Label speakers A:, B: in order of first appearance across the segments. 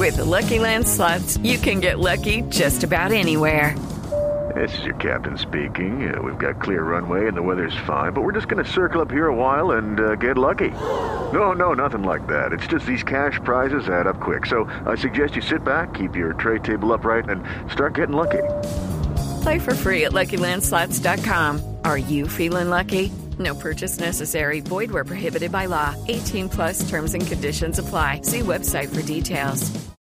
A: With the Lucky Land Slots, you can get lucky just about anywhere.
B: This is your captain speaking. We've got clear runway and the weather's fine, but we're just going to circle up here a while and get lucky. No, nothing like that. It's just these cash prizes add up quick. So I suggest you sit back, keep your tray table upright, and start getting lucky.
A: Play for free at LuckyLandSlots.com. Are you feeling lucky? No purchase necessary. Void where prohibited by law. 18 plus terms and conditions apply. See website for details.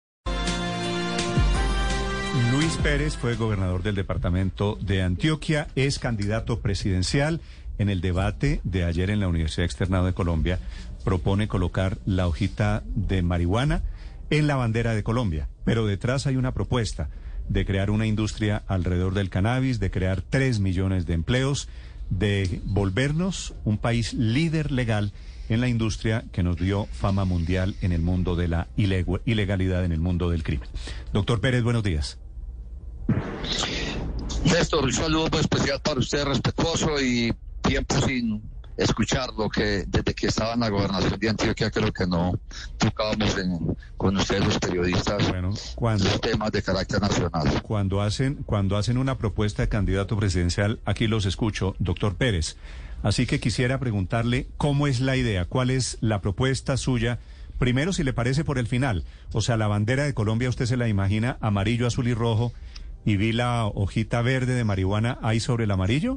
C: Luis Pérez fue gobernador del departamento de Antioquia, es candidato presidencial. En el debate de ayer en la Universidad Externado de Colombia, propone colocar la hojita de marihuana en la bandera de Colombia. Pero detrás hay una propuesta de crear una industria alrededor del cannabis, de crear 3 millones de empleos, de volvernos un país líder legal en la industria que nos dio fama mundial en el mundo de la ilegalidad, en el mundo del crimen. Doctor Pérez, buenos días.
D: Néstor, un saludo muy especial para usted, respetuoso, y tiempo sin escucharlo, que desde que estaba en la gobernación de Antioquia creo que no tocábamos con ustedes los periodistas los temas de carácter nacional.
C: Cuando hacen una propuesta de candidato presidencial, aquí los escucho, doctor Pérez. Así que quisiera preguntarle cómo es la idea, cuál es la propuesta suya. Primero, si le parece por el final, o sea, la bandera de Colombia usted se la imagina amarillo, azul y rojo, y vi la hojita verde de marihuana ahí sobre el amarillo.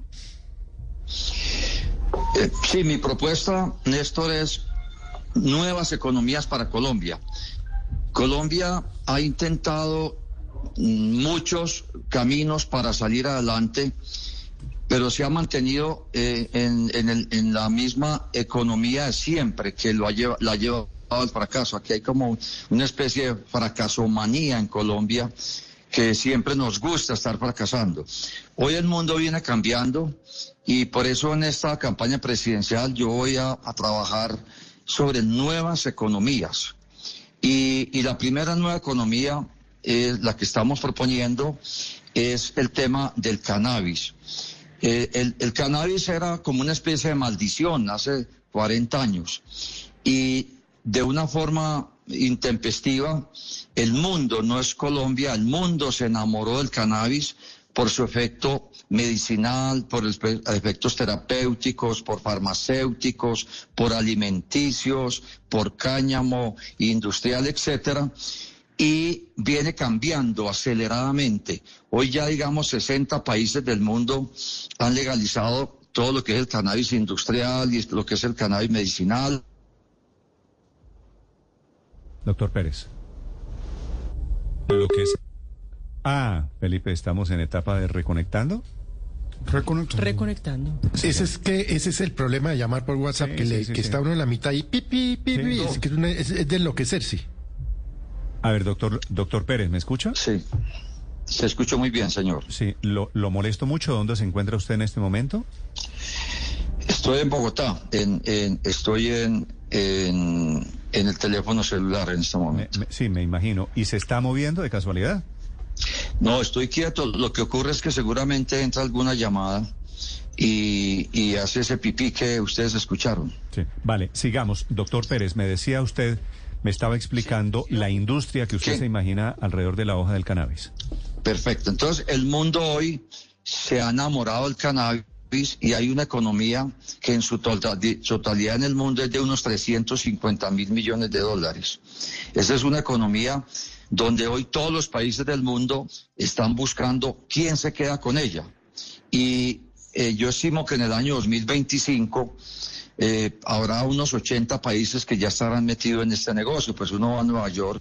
D: Sí, mi propuesta, Néstor, es nuevas economías para Colombia. Colombia ha intentado muchos caminos para salir adelante, pero se ha mantenido en la misma economía de siempre, que la ha llevado al fracaso. Aquí hay como una especie de fracasomanía en Colombia, que siempre nos gusta estar fracasando. Hoy el mundo viene cambiando y por eso en esta campaña presidencial yo voy a trabajar sobre nuevas economías. Y la primera nueva economía, la que estamos proponiendo, es el tema del cannabis. El cannabis era como una especie de maldición hace 40 años y de una forma intempestiva, el mundo, no es Colombia, el mundo se enamoró del cannabis por su efecto medicinal, por efectos terapéuticos, por farmacéuticos, por alimenticios, por cáñamo industrial, etcétera, y viene cambiando aceleradamente. Hoy ya, digamos, 60 países del mundo han legalizado todo lo que es el cannabis industrial y lo que es el cannabis medicinal.
C: Doctor Pérez. Lo que es... Felipe, estamos en etapa de reconectando.
E: Reconectando.
C: Sí,
F: ese es el problema de llamar por WhatsApp, que está uno en la mitad y pipi. Es de enloquecer, sí.
C: A ver, doctor Pérez, ¿me escucha?
D: Sí, se escucha muy bien, señor.
C: Sí, ¿lo molesto mucho? ¿Dónde se encuentra usted en este momento?
D: Estoy en Bogotá, estoy en el teléfono celular en este momento.
C: Sí, me imagino. ¿Y se está moviendo de casualidad?
D: No, estoy quieto. Lo que ocurre es que seguramente entra alguna llamada y hace ese pipí que ustedes escucharon.
C: Sí, vale, sigamos. Doctor Pérez, me decía usted, me estaba explicando la industria que usted se imagina alrededor de la hoja del cannabis.
D: Perfecto. Entonces, el mundo hoy se ha enamorado del cannabis y hay una economía que en su totalidad en el mundo es de unos 350.000 millones de dólares. Esa es una economía donde hoy todos los países del mundo están buscando quién se queda con ella. Y yo estimo que en el año 2025 habrá unos 80 países que ya estarán metidos en este negocio. Pues uno va a Nueva York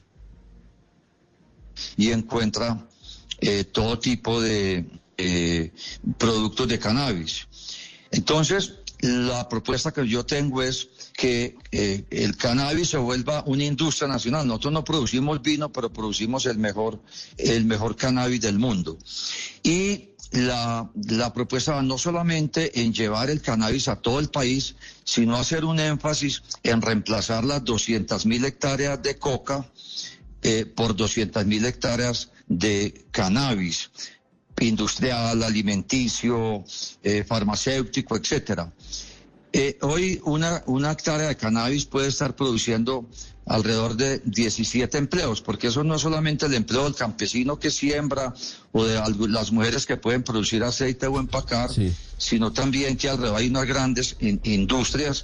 D: y encuentra todo tipo de productos de cannabis. Entonces, la propuesta que yo tengo es que el cannabis se vuelva una industria nacional. Nosotros no producimos vino, pero producimos el mejor cannabis del mundo. Y la propuesta va no solamente en llevar el cannabis a todo el país, sino hacer un énfasis en reemplazar las 200.000 hectáreas de coca por 200.000 hectáreas de cannabis industrial, alimenticio, farmacéutico, etcétera. Hoy una hectárea de cannabis puede estar produciendo alrededor de 17 empleos, porque eso no es solamente el empleo del campesino que siembra o de las mujeres que pueden producir aceite o empacar, sino también que alrededor hay unas grandes industrias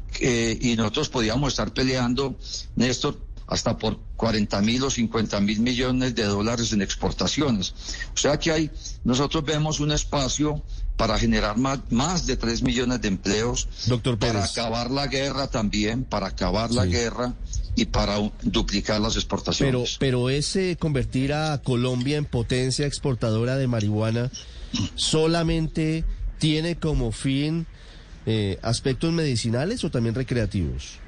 D: y nosotros podíamos estar peleando, Néstor, hasta por 40.000 o 50.000 millones de dólares en exportaciones. O sea que nosotros vemos un espacio para generar más de 3 millones de empleos,
E: Doctor Pérez,
D: para acabar la guerra también, la guerra y para duplicar las exportaciones.
E: Pero ese convertir a Colombia en potencia exportadora de marihuana solamente tiene como fin aspectos medicinales o también recreativos.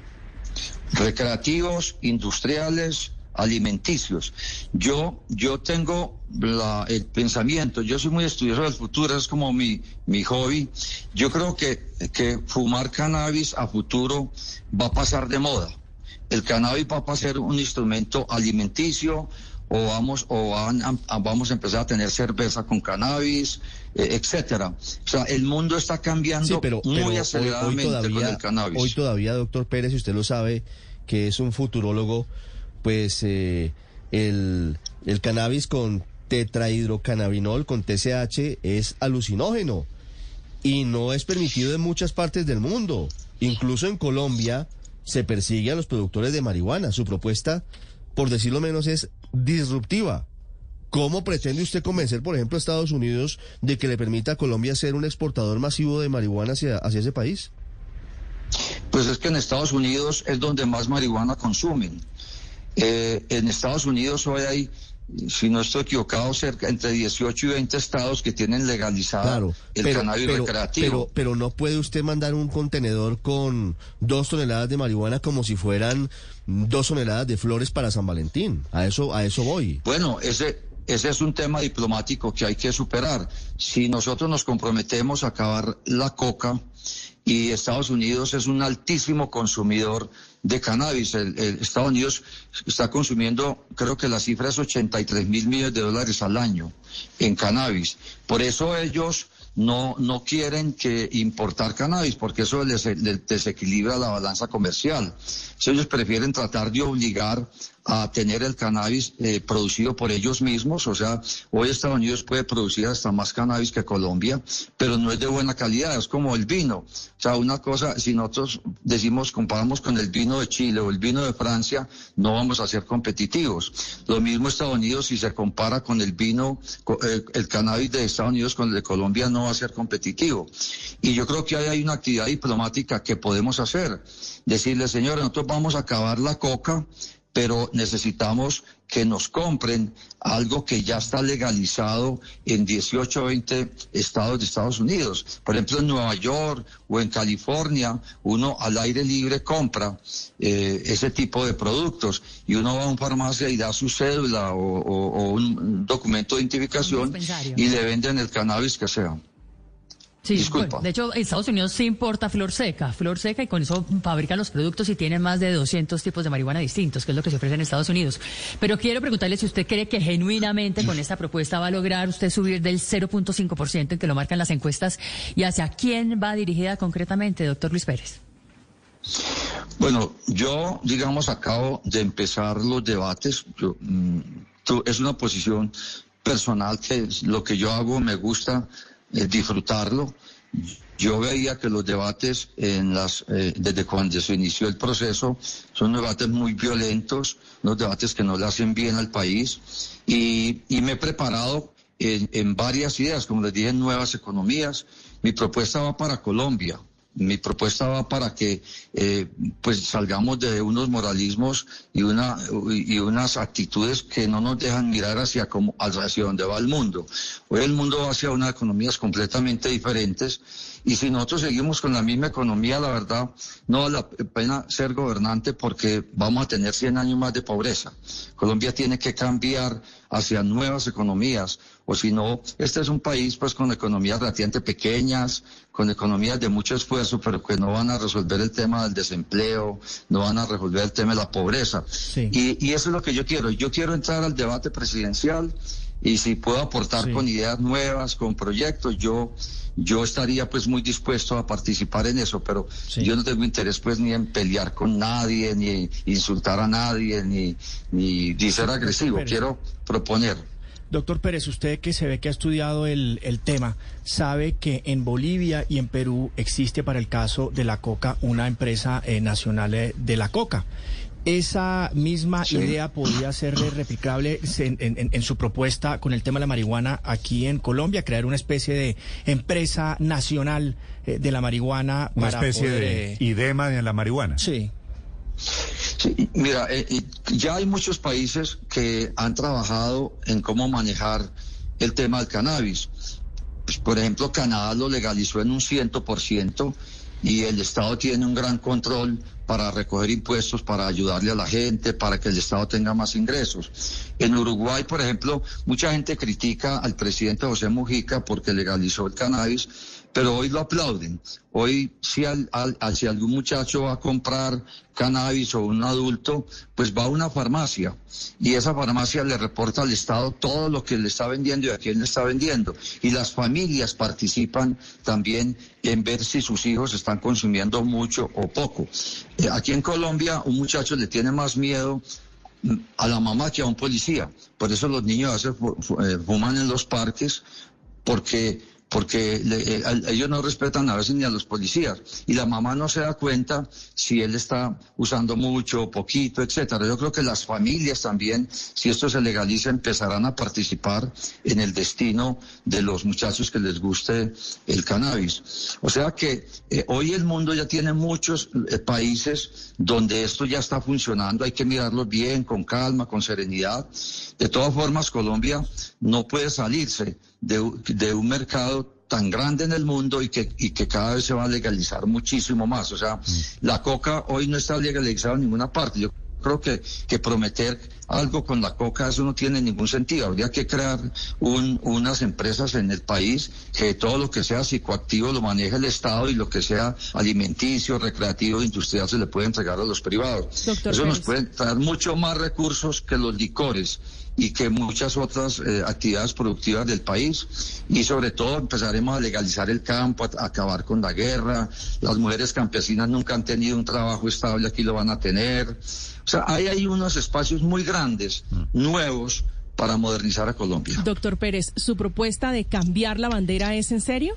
D: Recreativos, industriales, alimenticios. Yo tengo el pensamiento, yo soy muy estudioso del futuro, es como mi hobby. Yo creo que fumar cannabis a futuro va a pasar de moda. El cannabis va a ser un instrumento alimenticio, o vamos a empezar a tener cerveza con cannabis, etcétera. O sea, el mundo está cambiando muy aceleradamente con el cannabis.
E: Hoy todavía, doctor Pérez, si usted lo sabe, que es un futurólogo, pues el cannabis con tetrahidrocannabinol, con TCH, es alucinógeno y no es permitido en muchas partes del mundo. Incluso en Colombia se persigue a los productores de marihuana. Su propuesta, por decirlo menos, es disruptiva. ¿Cómo pretende usted convencer, por ejemplo, a Estados Unidos de que le permita a Colombia ser un exportador masivo de marihuana hacia ese país?
D: Pues es que en Estados Unidos es donde más marihuana consumen. En Estados Unidos hoy hay, si no estoy equivocado, cerca entre 18 y 20 estados que tienen legalizado el cannabis recreativo.
E: Pero no puede usted mandar un contenedor con 2 toneladas de marihuana como si fueran 2 toneladas de flores para San Valentín. A eso voy.
D: Bueno, ese es un tema diplomático que hay que superar. Si nosotros nos comprometemos a acabar la coca, y Estados Unidos es un altísimo consumidor de cannabis. Estados Unidos está consumiendo, creo que la cifra es 83.000 millones de dólares al año en cannabis. Por eso ellos no quieren que importar cannabis, porque eso les desequilibra la balanza comercial. Ellos prefieren tratar de obligar a tener el cannabis producido por ellos mismos. O sea, hoy Estados Unidos puede producir hasta más cannabis que Colombia, pero no es de buena calidad, es como el vino. O sea, una cosa, si nosotros comparamos con el vino de Chile o el vino de Francia, no vamos a ser competitivos. Lo mismo Estados Unidos, si se compara con el vino, el cannabis de Estados Unidos con el de Colombia, no va a ser competitivo. Y yo creo que hay una actividad diplomática que podemos hacer. Decirle, señores, nosotros vamos a acabar la coca, pero necesitamos que nos compren algo que ya está legalizado en 18 o 20 estados de Estados Unidos. Por ejemplo, en Nueva York o en California, uno al aire libre compra ese tipo de productos y uno va a una farmacia y da su cédula o un documento de identificación y le venden el cannabis que sea.
G: Sí,
D: disculpa.
G: Bueno, de hecho, Estados Unidos sí importa flor seca, y con eso fabrican los productos y tienen más de 200 tipos de marihuana distintos, que es lo que se ofrece en Estados Unidos. Pero quiero preguntarle si usted cree que genuinamente con esta propuesta va a lograr usted subir del 0.5% en que lo marcan las encuestas, y hacia quién va dirigida concretamente, doctor Luis Pérez.
D: Bueno, yo, digamos, acabo de empezar los debates. Es una posición personal que lo que yo hago me gusta disfrutarlo. Yo veía que los debates desde cuando se inició el proceso son debates muy violentos, unos debates que no le hacen bien al país, y me he preparado en varias ideas, como les dije, en nuevas economías. Mi propuesta va para Colombia. Mi propuesta va para que pues salgamos de unos moralismos y unas actitudes que no nos dejan mirar hacia dónde va el mundo. Hoy el mundo va hacia unas economías completamente diferentes, y si nosotros seguimos con la misma economía, la verdad no vale la pena ser gobernante, porque vamos a tener 100 años más de pobreza. Colombia tiene que cambiar hacia nuevas economías, o si no, este es un país pues con economías relativamente pequeñas, con economías de mucho esfuerzo, pero que no van a resolver el tema del desempleo, no van a resolver el tema de la pobreza. Sí. Y eso es lo que yo quiero. Yo quiero entrar al debate presidencial y si puedo aportar con ideas nuevas, con proyectos, yo estaría pues muy dispuesto a participar en eso, pero yo no tengo interés pues ni en pelear con nadie, ni insultar a nadie, ni ser agresivo. Quiero proponer.
H: Doctor Pérez, usted que se ve que ha estudiado el tema, sabe que en Bolivia y en Perú existe para el caso de la coca una empresa nacional de la coca. ¿Esa misma idea podría ser replicable en su propuesta con el tema de la marihuana aquí en Colombia? Crear una especie de empresa nacional de la marihuana.
C: Una especie de IDEMA de la marihuana.
D: Sí, mira, ya hay muchos países que han trabajado en cómo manejar el tema del cannabis. Pues, por ejemplo, Canadá lo legalizó en un 100% y el Estado tiene un gran control para recoger impuestos, para ayudarle a la gente, para que el Estado tenga más ingresos. En Uruguay, por ejemplo, mucha gente critica al presidente José Mujica porque legalizó el cannabis, pero hoy lo aplauden. Hoy, si algún muchacho va a comprar cannabis o un adulto, pues va a una farmacia y esa farmacia le reporta al Estado todo lo que le está vendiendo y a quién le está vendiendo. Y las familias participan también en ver si sus hijos están consumiendo mucho o poco. Aquí en Colombia, un muchacho le tiene más miedo a la mamá que a un policía. Por eso los niños a veces fuman en los parques, porque ellos no respetan a veces ni a los policías y la mamá no se da cuenta si él está usando mucho, poquito, etcétera. Yo creo que las familias también, si esto se legaliza, empezarán a participar en el destino de los muchachos que les guste el cannabis. O sea que hoy el mundo ya tiene muchos países donde esto ya está funcionando, hay que mirarlo bien, con calma, con serenidad. De todas formas, Colombia no puede salirse de un mercado tan grande en el mundo y que cada vez se va a legalizar muchísimo más. O sea, la coca hoy no está legalizada en ninguna parte. Yo creo que prometer algo con la coca, eso no tiene ningún sentido. Habría que crear unas empresas en el país que todo lo que sea psicoactivo lo maneje el Estado y lo que sea alimenticio, recreativo, industrial se le puede entregar a los privados.
I: Doctor
D: Eso
I: Pérez.
D: nos puede traer mucho más recursos que los licores y que muchas otras actividades productivas del país, y sobre todo empezaremos a legalizar el campo, a acabar con la guerra. Las mujeres campesinas nunca han tenido un trabajo estable, aquí lo van a tener. O sea, hay unos espacios muy grandes, nuevos, para modernizar a Colombia.
I: Doctor Pérez, ¿su propuesta de cambiar la bandera es en serio?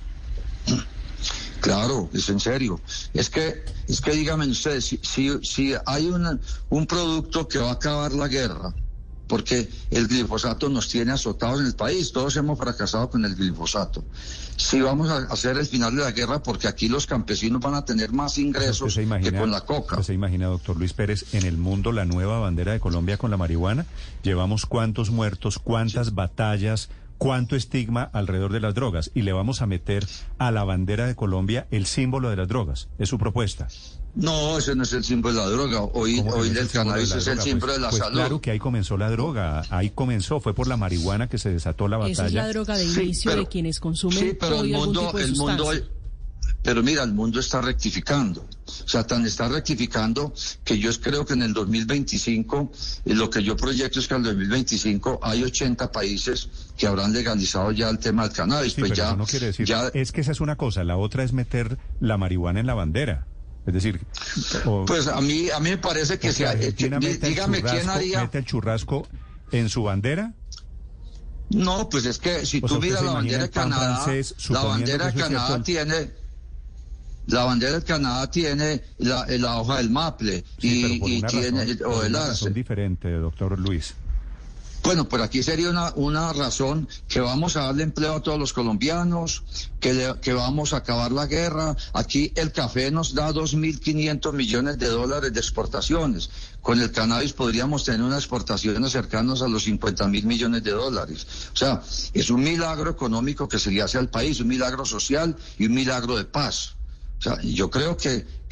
D: Claro, es en serio. Es que díganme ustedes, si hay un producto que va a acabar la guerra, porque el glifosato nos tiene azotados en el país, todos hemos fracasado con el glifosato. Si vamos a hacer el final de la guerra, porque aquí los campesinos van a tener más ingresos que con la coca.
C: ¿Se imagina, doctor Luis Pérez, en el mundo la nueva bandera de Colombia con la marihuana? Llevamos cuántos muertos, cuántas batallas, cuánto estigma alrededor de las drogas, y le vamos a meter a la bandera de Colombia el símbolo de las drogas. ¿Es su propuesta?
D: No, ese no es el símbolo de la droga. Hoy el cannabis es el símbolo de la salud.
C: Claro que ahí comenzó la droga, fue por la marihuana que se desató la batalla.
I: Esa es la droga de inicio de quienes consumen
D: pero
I: hoy algún tipo de sustancia.
D: Pero mira, el mundo está rectificando. O sea, está rectificando que yo creo que en el 2025, lo que yo proyecto es que en el 2025 hay 80 países que habrán legalizado ya el tema del cannabis.
C: Sí,
D: pues
C: pero
D: ya,
C: eso no quiere decir,
D: ya...
C: Es que esa es una cosa, la otra es meter la marihuana en la bandera. Es decir,
D: pues a mí me parece que dígame quién haría.
C: ¿Mete el churrasco en su bandera?
D: No, pues es que si tú miras la bandera de Canadá, la bandera de Canadá tiene la hoja del maple,
C: sí, y
D: tiene o el arce.
C: Son diferente, doctor Luis.
D: Bueno, pues aquí sería una razón que vamos a darle empleo a todos los colombianos, que vamos a acabar la guerra. Aquí el café nos da 2.500 millones de dólares de exportaciones. Con el cannabis podríamos tener unas exportaciones cercanas a los 50.000 millones de dólares. O sea, es un milagro económico que se le hace al país, un milagro social y un milagro de paz. O sea, yo creo que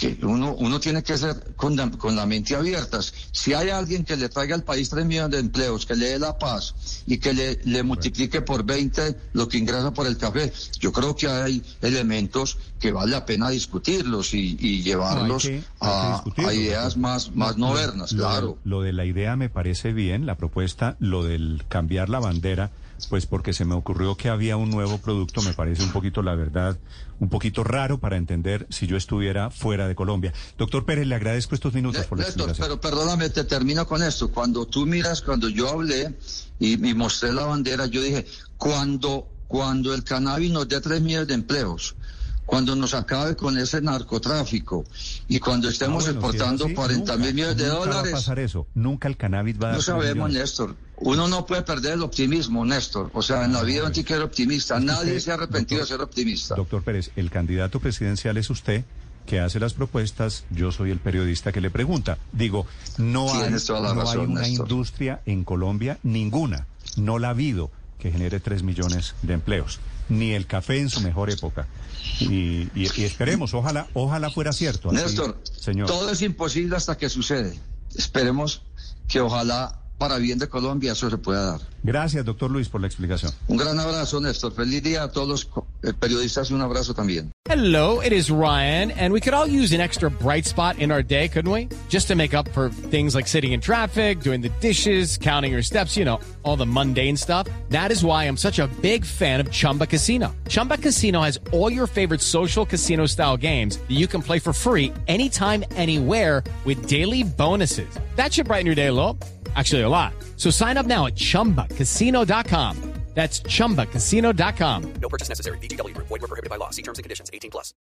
D: que uno tiene que ser con la mente abierta. Si hay alguien que le traiga al país 3 millones de empleos, que le dé la paz y que le multiplique por 20 lo que ingresa por el café, yo creo que hay elementos que vale la pena discutirlos y llevarlos a ideas más modernas, claro.
C: Lo de la idea me parece bien, la propuesta, lo del cambiar la bandera, pues porque se me ocurrió que había un nuevo producto, me parece un poquito, la verdad, un poquito raro para entender si yo estuviera fuera de Colombia. Doctor Pérez, le agradezco estos minutos por la explicación.
D: Pero perdóname, te termino con esto. Cuando yo hablé y mostré la bandera, yo dije, cuando el cannabis nos dé 3 millones de empleos, cuando nos acabe con ese narcotráfico y cuando estemos exportando 40.000 millones de dólares.
C: Nunca va a pasar eso. Nunca el cannabis va a dar.
D: No sabemos, Néstor. Uno no puede perder el optimismo, Néstor. O sea, en la vida hay que ser optimista. Nadie se ha arrepentido de ser optimista.
C: Doctor Pérez, el candidato presidencial es usted, que hace las propuestas. Yo soy el periodista que le pregunta. Digo, no hay una industria en Colombia, ninguna, no la ha habido, que genere 3 millones de empleos. Ni el café en su mejor época. Y esperemos, ojalá fuera cierto. Así,
D: Néstor,
C: señor.
D: Todo es imposible hasta que sucede. Esperemos que ojalá para bien de Colombia eso se pueda dar.
C: Gracias, doctor Luis, por la explicación.
D: Un gran abrazo, Néstor. Feliz día a todos los periodistas y un abrazo también.
J: Hello, it is Ryan, and we could all use an extra bright spot in our day, couldn't we? Just to make up for things like sitting in traffic, doing the dishes, counting your steps, you know, all the mundane stuff. That is why I'm such a big fan of Chumba Casino. Chumba Casino has all your favorite social casino-style games that you can play for free anytime, anywhere with daily bonuses. That should brighten your day a little. Actually, a lot. So sign up now at ChumbaCasino.com. That's ChumbaCasino.com.
K: No purchase necessary. VGW Group. Void where prohibited by law. See terms and conditions. 18+.